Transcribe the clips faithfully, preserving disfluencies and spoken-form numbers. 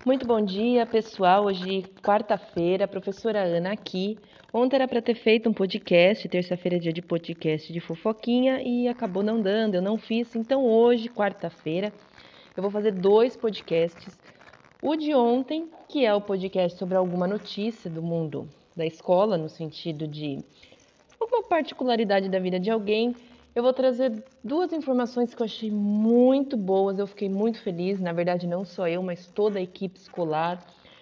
Muito bom dia, pessoal. Hoje, quarta-feira, a professora Ana aqui. Ontem era para ter feito um podcast, terça-feira é dia de podcast de fofoquinha e acabou não dando, eu não fiz. Então, hoje, quarta-feira, eu vou fazer dois podcasts. O de ontem, que é o podcast sobre alguma notícia do mundo da escola, no sentido de alguma particularidade da vida de alguém. Eu vou trazer duas informações que eu achei muito boas, eu fiquei muito feliz, na verdade não só eu, mas toda a equipe escolar,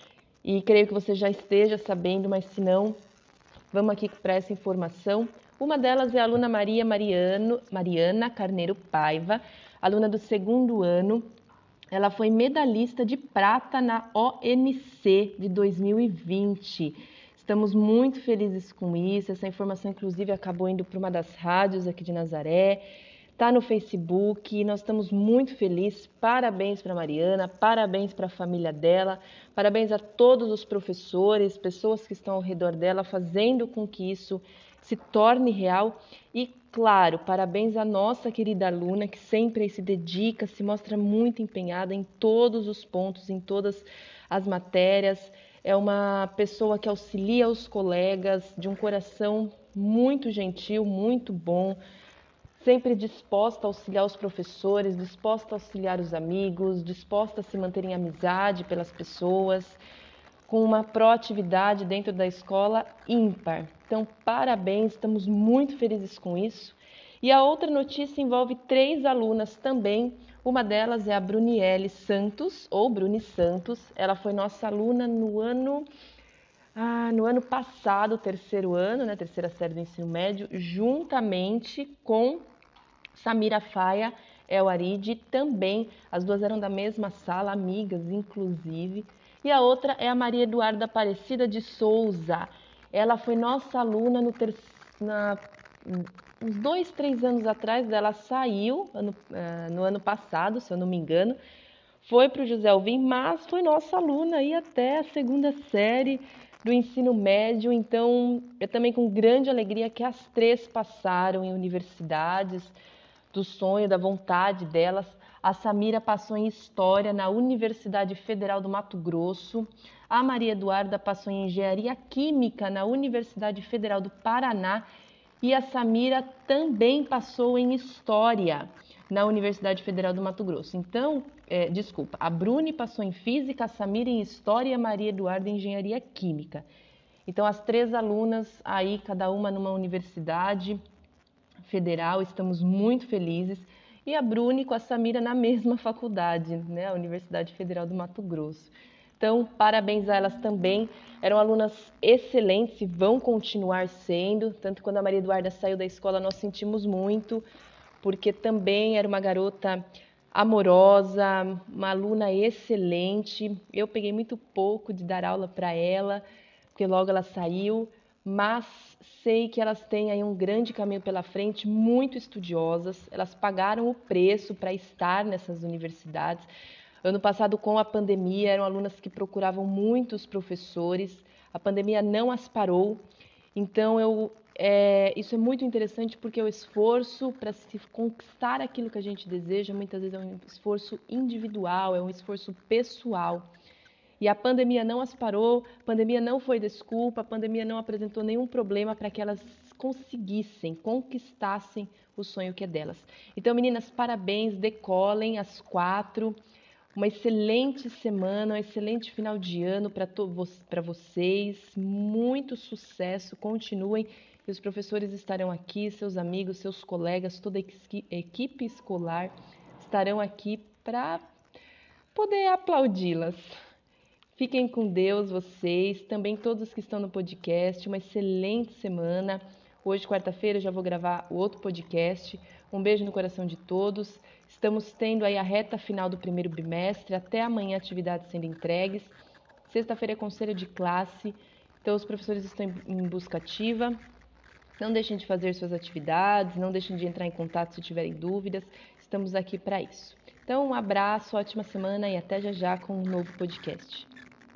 e creio que você já esteja sabendo, mas se não, vamos aqui para essa informação. Uma delas é a aluna Maria Mariano, Mariana Carneiro Paiva, aluna do segundo ano. Ela foi medalhista de prata na O N C de dois mil e vinte. Estamos muito felizes com isso. Essa informação, inclusive, acabou indo para uma das rádios aqui de Nazaré. Está no Facebook. Nós estamos muito felizes. Parabéns para a Mariana, parabéns para a família dela, parabéns a todos os professores, pessoas que estão ao redor dela, fazendo com que isso se torne real. E, claro, parabéns à nossa querida aluna, que sempre se dedica, se mostra muito empenhada em todos os pontos, em todas as matérias. É uma pessoa que auxilia os colegas, de um coração muito gentil, muito bom, sempre disposta a auxiliar os professores, disposta a auxiliar os amigos, disposta a se manter em amizade pelas pessoas, com uma proatividade dentro da escola ímpar. Então, parabéns, estamos muito felizes com isso. E a outra notícia envolve três alunas também. Uma delas é a Bruniele Santos, ou Bruni Santos. Ela foi nossa aluna no ano, ah, no ano passado, terceiro ano, né, terceira série do ensino médio, juntamente com Samira Faia El Aride também. As duas eram da mesma sala, amigas, inclusive. E a outra é a Maria Eduarda Aparecida de Souza. Ela foi nossa aluna no ter... na... uns dois, três anos atrás. Ela saiu ano... no ano passado, se eu não me engano. Foi para o José Alvim, mas foi nossa aluna aí até a segunda série do ensino médio. Então, eu também com grande alegria que as três passaram em universidades, do sonho, da vontade delas. A Samira passou em História na Universidade Federal do Mato Grosso. A Maria Eduarda passou em Engenharia Química na Universidade Federal do Paraná. E a Samira também passou em História na Universidade Federal do Mato Grosso. Então, é, desculpa, a Bruni passou em Física, a Samira em História e a Maria Eduarda em Engenharia Química. Então, as três alunas aí, cada uma numa universidade federal, estamos muito felizes. E a Bruni com a Samira na mesma faculdade, né, a Universidade Federal do Mato Grosso. Então, parabéns a elas também. Eram alunas excelentes e vão continuar sendo. Tanto que quando a Maria Eduarda saiu da escola, nós sentimos muito, porque também era uma garota amorosa, uma aluna excelente. Eu peguei muito pouco de dar aula para ela, porque logo ela saiu, mas sei que elas têm aí um grande caminho pela frente, muito estudiosas. Elas pagaram o preço para estar nessas universidades. Ano passado, com a pandemia, eram alunas que procuravam muitos professores. A pandemia não as parou. Então, eu, é, isso é muito interessante porque o esforço para se conquistar aquilo que a gente deseja, muitas vezes é um esforço individual, é um esforço pessoal. E a pandemia não as parou, a pandemia não foi desculpa, a pandemia não apresentou nenhum problema para que elas conseguissem, conquistassem o sonho que é delas. Então, meninas, parabéns, decolem as quatro. Uma excelente semana, um excelente final de ano para para vocês. Muito sucesso, continuem. E os professores estarão aqui, seus amigos, seus colegas, toda a equipe escolar estarão aqui para poder aplaudi-las. Fiquem com Deus, vocês, também todos que estão no podcast. Uma excelente semana. Hoje, quarta-feira, já vou gravar o outro podcast. Um beijo no coração de todos. Estamos tendo aí a reta final do primeiro bimestre. Até amanhã, atividades sendo entregues. Sexta-feira é conselho de classe. Então, os professores estão em busca ativa. Não deixem de fazer suas atividades. Não deixem de entrar em contato se tiverem dúvidas. Estamos aqui para isso. Então, um abraço, ótima semana e até já já com um novo podcast.